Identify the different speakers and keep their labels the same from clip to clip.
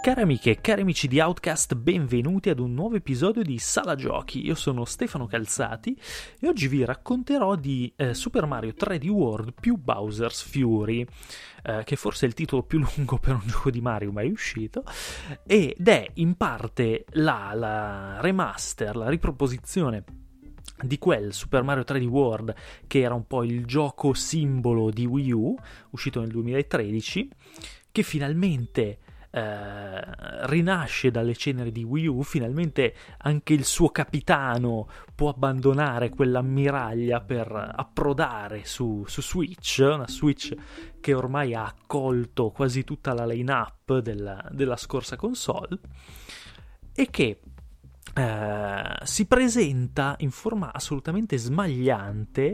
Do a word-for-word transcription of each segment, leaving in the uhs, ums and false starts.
Speaker 1: Cari amiche e cari amici di Outcast, benvenuti ad un nuovo episodio di Sala Giochi. Io sono Stefano Calzati e oggi vi racconterò di eh, Super Mario tre D World più Bowser's Fury, eh, che forse è il titolo più lungo per un gioco di Mario mai uscito, ed è in parte la, la remaster, la riproposizione di quel Super Mario tre D World che era un po' il gioco simbolo di Wii U, uscito nel duemilatredici, che finalmente eh, rinasce dalle ceneri di Wii U. Finalmente anche il suo capitano può abbandonare quell'ammiraglia per approdare su, su Switch, una Switch che ormai ha accolto quasi tutta la line-up della, della scorsa console e che Uh, si presenta in forma assolutamente smagliante,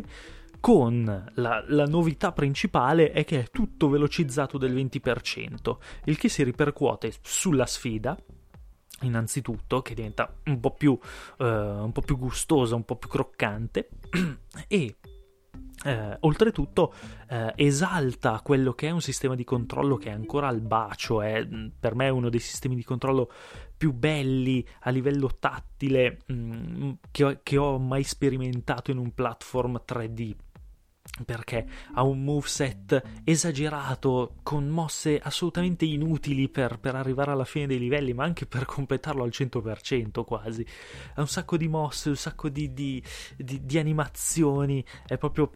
Speaker 1: con la, la novità principale è che è tutto velocizzato del venti per cento, il che si ripercuote sulla sfida innanzitutto, che diventa un po' più uh, un po' più gustosa, un po' più croccante e Eh, oltretutto eh, esalta quello che è un sistema di controllo che è ancora al bacio. È per me uno dei sistemi di controllo più belli a livello tattile mh, che, ho, che ho mai sperimentato in un platform tre D, perché ha un moveset esagerato con mosse assolutamente inutili per, per arrivare alla fine dei livelli, ma anche per completarlo al cento per cento quasi. Ha un sacco di mosse, un sacco di, di, di, di animazioni, è proprio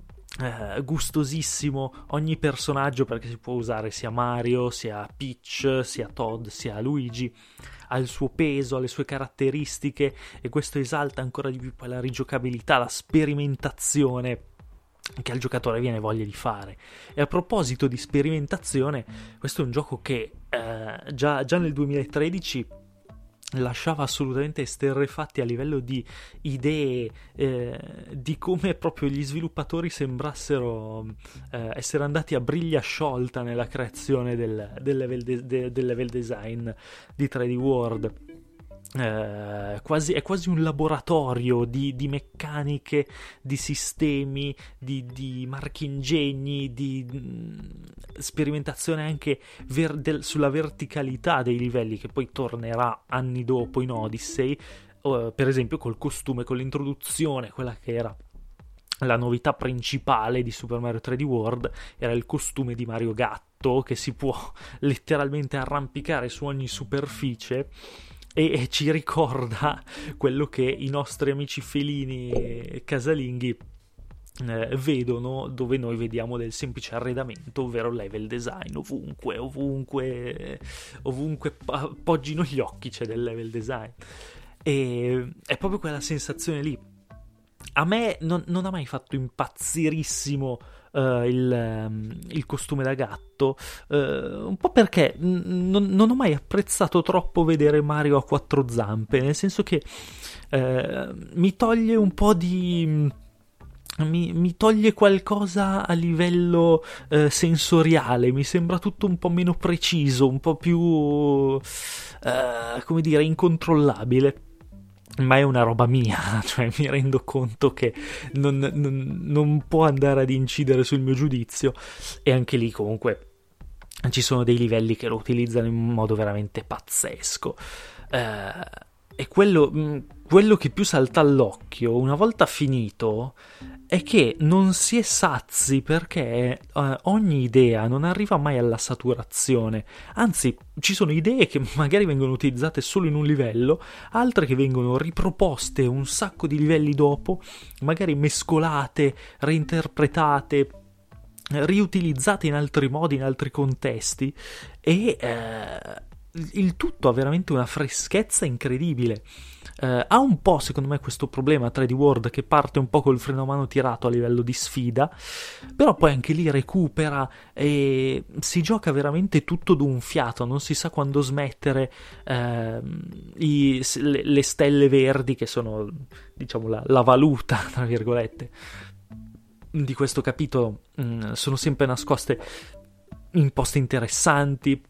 Speaker 1: Uh, gustosissimo ogni personaggio, perché si può usare sia Mario, sia Peach, sia Todd, sia Luigi. Ha il suo peso, ha le sue caratteristiche, e questo esalta ancora di più poi la rigiocabilità, la sperimentazione che al giocatore viene voglia di fare. E a proposito di sperimentazione, questo è un gioco che uh, già, già nel duemilatredici lasciava assolutamente esterrefatti a livello di idee, eh, di come proprio gli sviluppatori sembrassero eh, essere andati a briglia sciolta nella creazione del, del, level, de, de, del level design di tre D World. Eh, quasi, è quasi un laboratorio di, di meccaniche, di sistemi, di, di marchingegni, di mh, sperimentazione anche ver- del, sulla verticalità dei livelli, che poi tornerà anni dopo in Odyssey, uh, per esempio col costume, con l'introduzione, quella che era la novità principale di Super Mario tre D World, era il costume di Mario Gatto, che si può letteralmente arrampicare su ogni superficie, e ci ricorda quello che i nostri amici felini e casalinghi eh, vedono dove noi vediamo del semplice arredamento, ovvero level design. Ovunque, ovunque, ovunque poggino gli occhi c'è del level design, e è proprio quella sensazione lì. A me non, non ha mai fatto impazzirissimo uh, il, um, il costume da gatto, uh, un po' perché n- non, non ho mai apprezzato troppo vedere Mario a quattro zampe, nel senso che uh, mi toglie un po' di... Mi, mi toglie qualcosa a livello uh, sensoriale, mi sembra tutto un po' meno preciso, un po' più, uh, come dire, incontrollabile. Ma è una roba mia, cioè mi rendo conto che non, non, non può andare ad incidere sul mio giudizio, e anche lì comunque ci sono dei livelli che lo utilizzano in modo veramente pazzesco. Eh, e quello, quello che più salta all'occhio una volta finito è che non si è sazi, perché uh, ogni idea non arriva mai alla saturazione. Anzi, ci sono idee che magari vengono utilizzate solo in un livello, altre che vengono riproposte un sacco di livelli dopo, magari mescolate, reinterpretate, riutilizzate in altri modi, in altri contesti, e uh, il tutto ha veramente una freschezza incredibile. Uh, ha un po', secondo me, questo problema tre D World, che parte un po' col freno a mano tirato a livello di sfida, però poi anche lì recupera e si gioca veramente tutto d'un fiato, non si sa quando smettere. Uh, i, le, le stelle verdi, che sono, diciamo, la, la valuta, tra virgolette, di questo capitolo, mh, sono sempre nascoste in posti interessanti.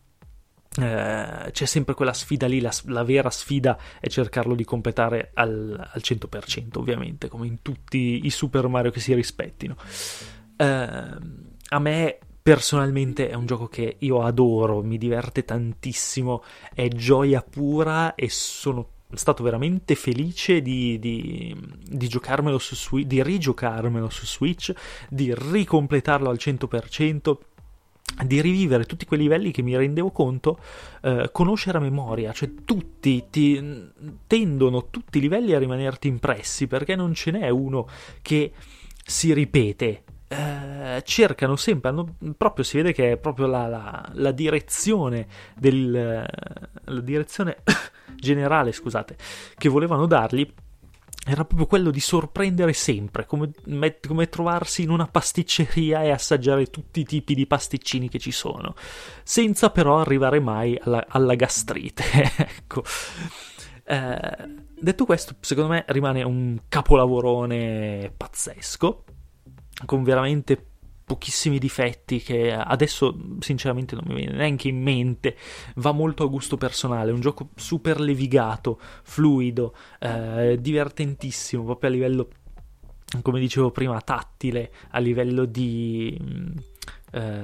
Speaker 1: Uh, c'è sempre quella sfida lì, la, la vera sfida è cercarlo di completare al, al cento per cento, ovviamente, come in tutti i Super Mario che si rispettino. Uh, a me personalmente è un gioco che io adoro, mi diverte tantissimo, è gioia pura e sono stato veramente felice di, di, di giocarmelo su Switch, di rigiocarmelo su Switch, di ricompletarlo al cento per cento, di rivivere tutti quei livelli che mi rendevo conto eh, conoscere a memoria, cioè tutti ti, tendono tutti i livelli a rimanerti impressi, perché non ce n'è uno che si ripete. Eh, cercano sempre, hanno, proprio si vede che è proprio la, la, la direzione del la direzione generale, scusate, che volevano dargli era proprio quello di sorprendere sempre, come, come trovarsi in una pasticceria e assaggiare tutti i tipi di pasticcini che ci sono, senza però arrivare mai alla, alla gastrite. Ecco. Eh, detto questo, secondo me rimane un capolavorone pazzesco, con veramente pochissimi difetti che adesso sinceramente non mi viene neanche in mente. Va molto a gusto personale, è un gioco super levigato, fluido, eh, divertentissimo proprio a livello, come dicevo prima, tattile, a livello di eh,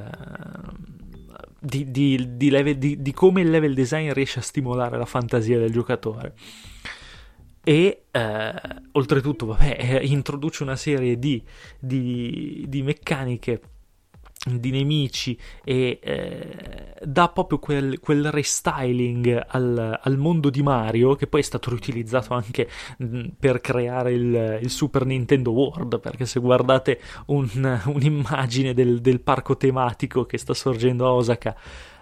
Speaker 1: di, di, di, level, di, di come il level design riesce a stimolare la fantasia del giocatore. E eh, oltretutto, vabbè, eh, introduce una serie di, di, di meccaniche, di nemici, e eh, dà proprio quel, quel restyling al, al mondo di Mario, che poi è stato riutilizzato anche mh, per creare il, il Super Nintendo World, perché se guardate un, un'immagine del, del parco tematico che sta sorgendo a Osaka,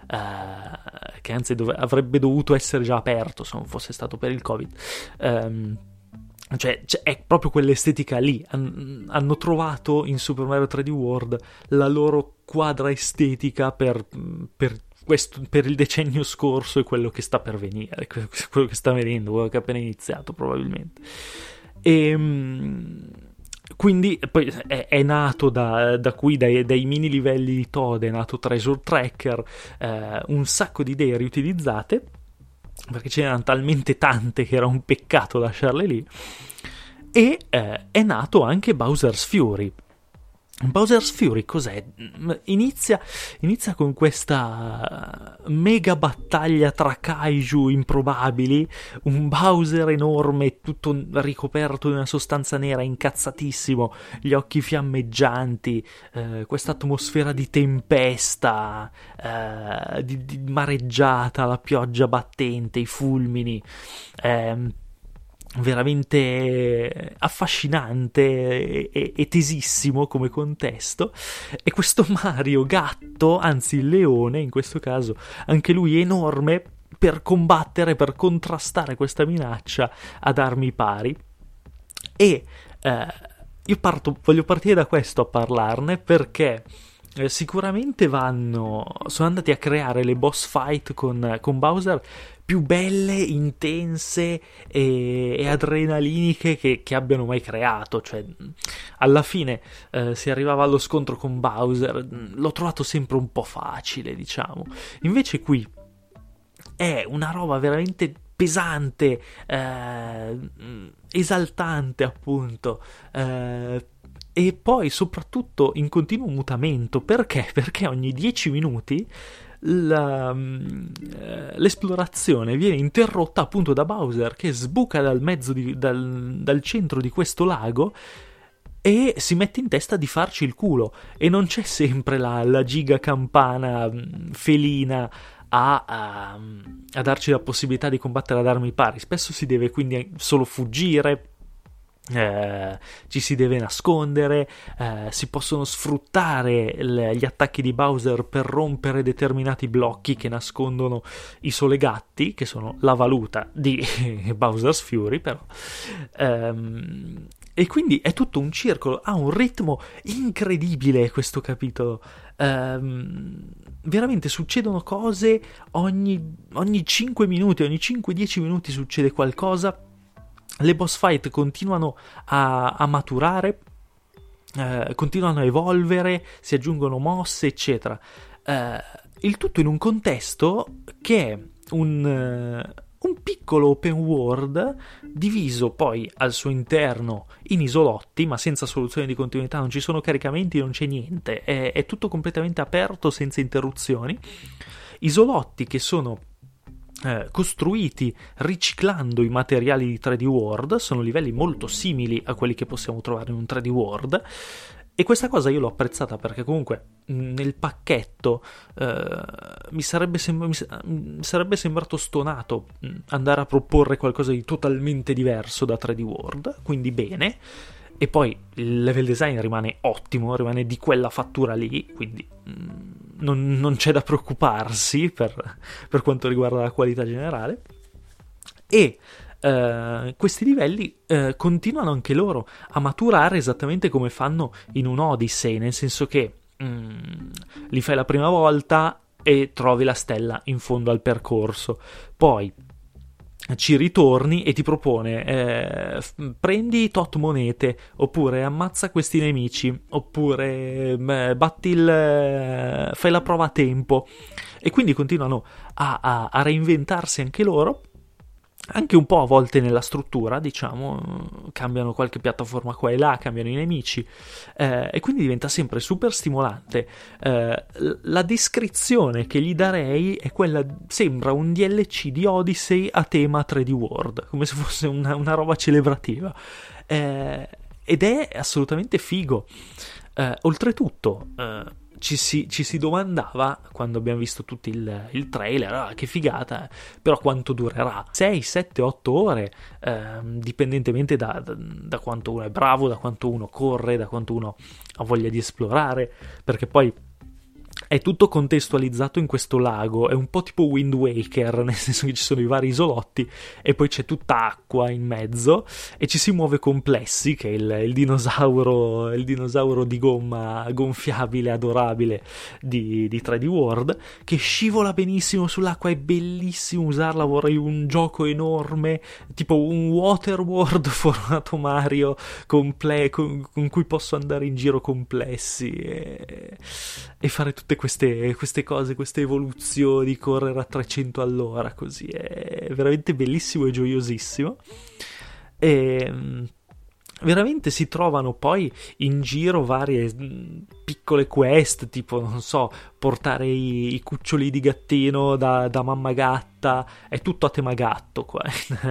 Speaker 1: Uh, che anzi dove, avrebbe dovuto essere già aperto se non fosse stato per il Covid, um, cioè, cioè è proprio quell'estetica lì. Han, hanno trovato in Super Mario tre D World la loro quadra estetica per, per, questo, per il decennio scorso e quello che sta per venire, quello che sta venendo, quello che è appena iniziato probabilmente. E um, quindi poi è, è nato da, da qui, dai, dai mini livelli di Toad, è nato Treasure Tracker, eh, un sacco di idee riutilizzate, perché ce n'erano talmente tante che era un peccato lasciarle lì, e eh, è nato anche Bowser's Fury. Bowser's Fury cos'è? Inizia, inizia con questa mega battaglia tra kaiju improbabili, un Bowser enorme, tutto ricoperto di una sostanza nera, incazzatissimo, gli occhi fiammeggianti, eh, questa atmosfera di tempesta, eh, di, di mareggiata, la pioggia battente, i fulmini, eh, veramente affascinante e, e tesissimo come contesto. E questo Mario gatto, anzi il leone in questo caso, anche lui enorme, per combattere, per contrastare questa minaccia ad armi pari. E eh, io parto, voglio partire da questo a parlarne, perché Eh, sicuramente vanno sono andati a creare le boss fight con, con Bowser più belle, intense e, e adrenaliniche che, che abbiano mai creato. Cioè, alla fine eh, si arrivava allo scontro con Bowser, l'ho trovato sempre un po' facile, diciamo. Invece qui è una roba veramente pesante, eh, esaltante, appunto, eh, e poi soprattutto in continuo mutamento. Perché? Perché ogni dieci minuti la, l'esplorazione viene interrotta appunto da Bowser, che sbuca dal mezzo di, dal, dal centro di questo lago e si mette in testa di farci il culo, e non c'è sempre la, la giga campana felina A, a, a darci la possibilità di combattere ad armi pari. Spesso si deve quindi solo fuggire, eh, ci si deve nascondere, eh, si possono sfruttare le, gli attacchi di Bowser per rompere determinati blocchi che nascondono i solegatti, che sono la valuta di Bowser's Fury, però. Ehm, e quindi è tutto un circolo, ha un ritmo incredibile questo capitolo. Um, veramente succedono cose ogni, ogni cinque minuti, ogni cinque dieci minuti succede qualcosa. Le boss fight continuano a, a maturare, eh, continuano a evolvere, si aggiungono mosse, eccetera. Eh, il tutto in un contesto che è un, uh, un piccolo open world diviso poi al suo interno in isolotti, ma senza soluzione di continuità, non ci sono caricamenti, non c'è niente, è, è tutto completamente aperto senza interruzioni, isolotti che sono eh, costruiti riciclando i materiali di tre D World, sono livelli molto simili a quelli che possiamo trovare in un tre D World. E questa cosa io l'ho apprezzata perché comunque nel pacchetto eh, mi, sarebbe sem- mi, sa- mi sarebbe sembrato stonato andare a proporre qualcosa di totalmente diverso da tre D World, quindi bene. E poi il level design rimane ottimo, rimane di quella fattura lì, quindi mh, non, non c'è da preoccuparsi per, per quanto riguarda la qualità generale. E Uh, questi livelli uh, continuano anche loro a maturare esattamente come fanno in un Odyssey, nel senso che mm, li fai la prima volta e trovi la stella in fondo al percorso, poi ci ritorni e ti propone eh, f- prendi tot monete, oppure ammazza questi nemici, oppure beh, batti il eh, fai la prova a tempo, e quindi continuano a, a, a reinventarsi anche loro, anche un po' a volte nella struttura, diciamo, cambiano qualche piattaforma qua e là, cambiano i nemici, eh, e quindi diventa sempre super stimolante. Eh, la descrizione che gli darei è quella, sembra un D L C di Odyssey a tema tre D World, come se fosse una, una roba celebrativa, eh, ed è assolutamente figo. Eh, oltretutto, eh, Ci si, ci si domandava, quando abbiamo visto tutti il, il trailer, ah, che figata, però quanto durerà? sei, sette, otto ore, ehm, dipendentemente da, da, da quanto uno è bravo, da quanto uno corre, da quanto uno ha voglia di esplorare, perché poi è tutto contestualizzato in questo lago, è un po' tipo Wind Waker, nel senso che ci sono i vari isolotti e poi c'è tutta acqua in mezzo e ci si muove complessi, che è il, il dinosauro il dinosauro di gomma gonfiabile adorabile di, di tre D World, che scivola benissimo sull'acqua, è bellissimo usarla, vorrei un gioco enorme tipo un Waterworld formato Mario comple- con, con cui posso andare in giro complessi e, e fare tutte queste, queste cose, queste evoluzioni, correre a trecento all'ora, così è veramente bellissimo e gioiosissimo. E veramente si trovano poi in giro varie piccole quest, tipo, non so, portare i, i cuccioli di gattino da, da mamma gatta, è tutto a tema gatto qua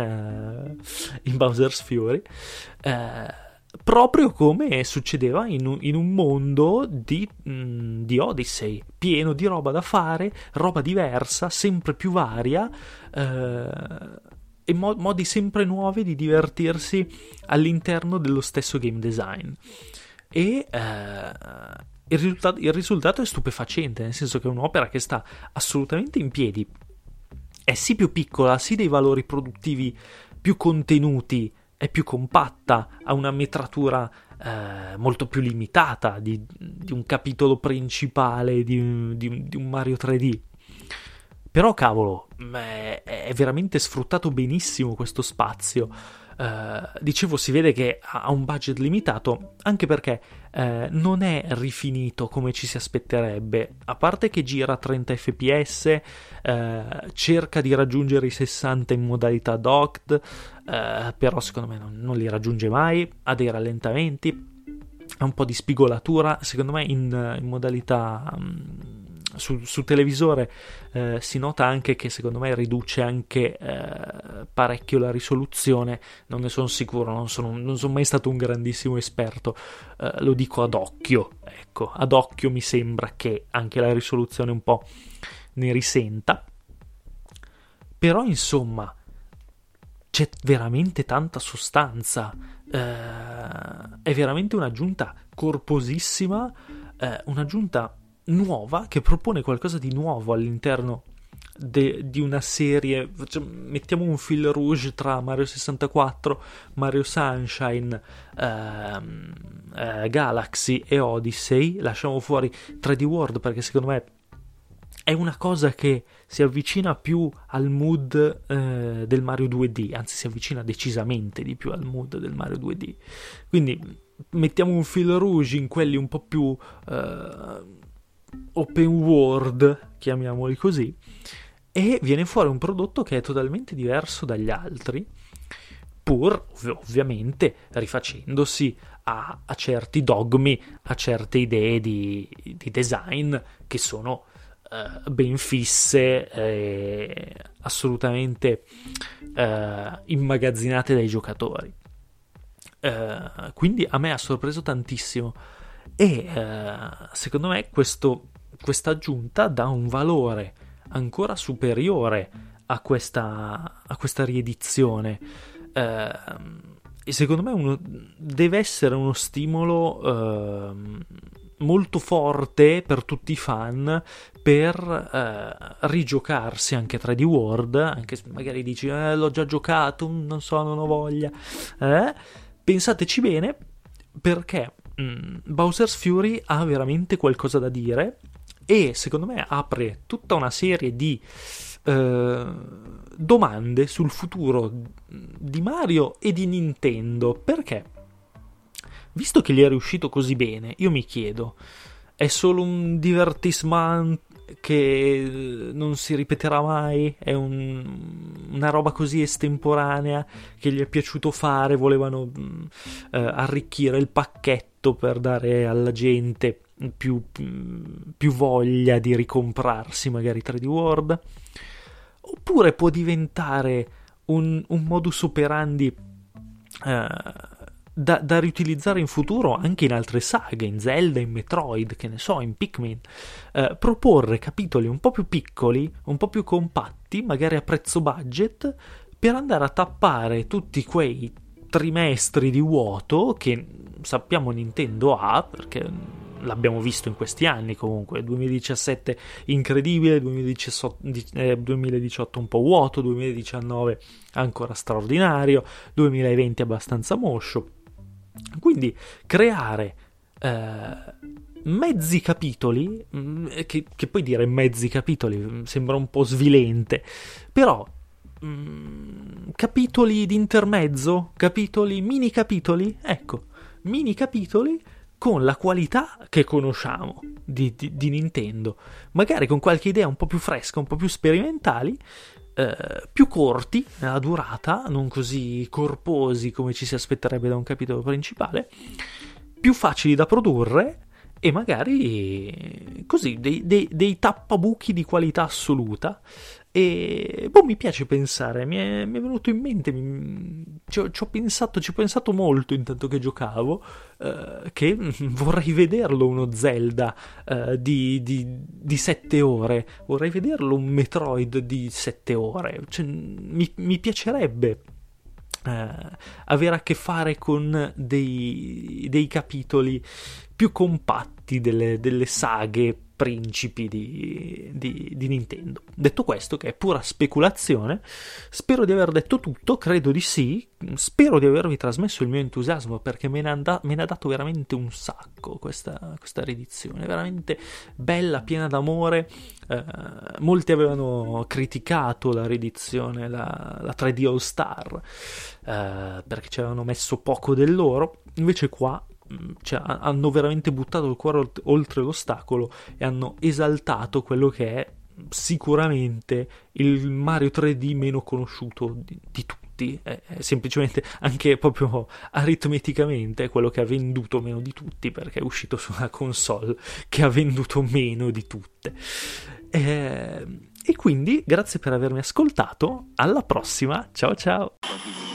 Speaker 1: in Bowser's Fury, eh, proprio come succedeva in un, in un mondo di, mh, di Odyssey, pieno di roba da fare, roba diversa, sempre più varia, eh, e mo- modi sempre nuovi di divertirsi all'interno dello stesso game design. E eh, il, risultato, il risultato è stupefacente, nel senso che è un'opera che sta assolutamente in piedi, è sì più piccola, ha sì dei valori produttivi più contenuti, è più compatta, ha una metratura eh, molto più limitata di, di un capitolo principale di, di, di un Mario tre D. Però cavolo, è, è veramente sfruttato benissimo questo spazio. Uh, dicevo, si vede che ha un budget limitato, anche perché uh, non è rifinito come ci si aspetterebbe, a parte che gira a trenta effe pi esse, uh, cerca di raggiungere i sessanta in modalità docked, uh, però secondo me non, non li raggiunge mai, ha dei rallentamenti, ha un po' di spigolatura, secondo me in, in modalità... Um, Su, su televisore eh, si nota anche che secondo me riduce anche eh, parecchio la risoluzione, non ne sono sicuro, non sono, non sono mai stato un grandissimo esperto, eh, lo dico ad occhio, ecco, ad occhio mi sembra che anche la risoluzione un po' ne risenta, però insomma c'è veramente tanta sostanza, eh, è veramente un'aggiunta corposissima, eh, un'aggiunta nuova che propone qualcosa di nuovo all'interno de- di una serie. Mettiamo un fil rouge tra Mario sessantaquattro, Mario Sunshine, ehm, eh, Galaxy e Odyssey, lasciamo fuori tre D World perché secondo me è una cosa che si avvicina più al mood eh, del Mario due D, anzi si avvicina decisamente di più al mood del Mario due D, quindi mettiamo un fil rouge in quelli un po' più eh, open world, chiamiamoli così, e viene fuori un prodotto che è totalmente diverso dagli altri, pur ov- ovviamente rifacendosi a, a certi dogmi, a certe idee di, di design che sono eh, ben fisse e assolutamente eh, immagazzinate dai giocatori. Eh, quindi a me ha sorpreso tantissimo e eh, secondo me questo, questa aggiunta dà un valore ancora superiore a questa, a questa riedizione. Eh, e secondo me uno, deve essere uno stimolo eh, molto forte per tutti i fan per eh, rigiocarsi anche tre D World, anche se magari dici eh, l'ho già giocato, non so, non ho voglia. Eh? Pensateci bene, perché mh, Bowser's Fury ha veramente qualcosa da dire e secondo me apre tutta una serie di eh, domande sul futuro di Mario e di Nintendo. Perché, visto che gli è riuscito così bene, io mi chiedo, è solo un divertissement che non si ripeterà mai? È un, una roba così estemporanea che gli è piaciuto fare? Volevano mh, eh, arricchire il pacchetto per dare alla gente più, più voglia di ricomprarsi magari tre D World? Oppure può diventare un, un modus operandi eh, da, da riutilizzare in futuro anche in altre saghe, in Zelda, in Metroid, che ne so, in Pikmin, eh, proporre capitoli un po' più piccoli, un po' più compatti, magari a prezzo budget, per andare a tappare tutti quei trimestri di vuoto che sappiamo Nintendo ha, perché l'abbiamo visto in questi anni comunque. duemiladiciassette incredibile, duemiladiciotto, eh, duemiladiciotto un po' vuoto, duemiladiciannove ancora straordinario, duemilaventi abbastanza moscio. Quindi creare eh, mezzi capitoli, che, che poi dire mezzi capitoli sembra un po' svilente, però mh, capitoli di intermezzo, capitoli, mini capitoli, ecco, mini capitoli con la qualità che conosciamo di, di, di Nintendo, magari con qualche idea un po' più fresca, un po' più sperimentali, eh, più corti nella durata, non così corposi come ci si aspetterebbe da un capitolo principale, più facili da produrre e magari così dei, dei, dei tappabuchi di qualità assoluta. E boh, mi piace pensare, mi è, mi è venuto in mente, mi, ci, ho, ci ho pensato, ci ho pensato molto intanto che giocavo, eh, che vorrei vederlo uno Zelda eh, di, di, di sette ore, vorrei vederlo un Metroid di sette ore, cioè, mi, mi piacerebbe eh, avere a che fare con dei, dei capitoli più compatti delle, delle saghe principi di, di, di Nintendo. Detto questo, che è pura speculazione, spero di aver detto tutto, credo di sì, spero di avervi trasmesso il mio entusiasmo, perché me ne, and- me ne ha dato veramente un sacco questa, questa riedizione, veramente bella, piena d'amore. Eh, molti avevano criticato la riedizione, la, la tre D All Star, eh, perché ci avevano messo poco del loro, invece qua cioè, hanno veramente buttato il cuore oltre l'ostacolo e hanno esaltato quello che è sicuramente il Mario tre D meno conosciuto di, di tutti, è, è semplicemente anche proprio aritmeticamente quello che ha venduto meno di tutti, perché è uscito su una console che ha venduto meno di tutte. E, e quindi grazie per avermi ascoltato, alla prossima, ciao ciao.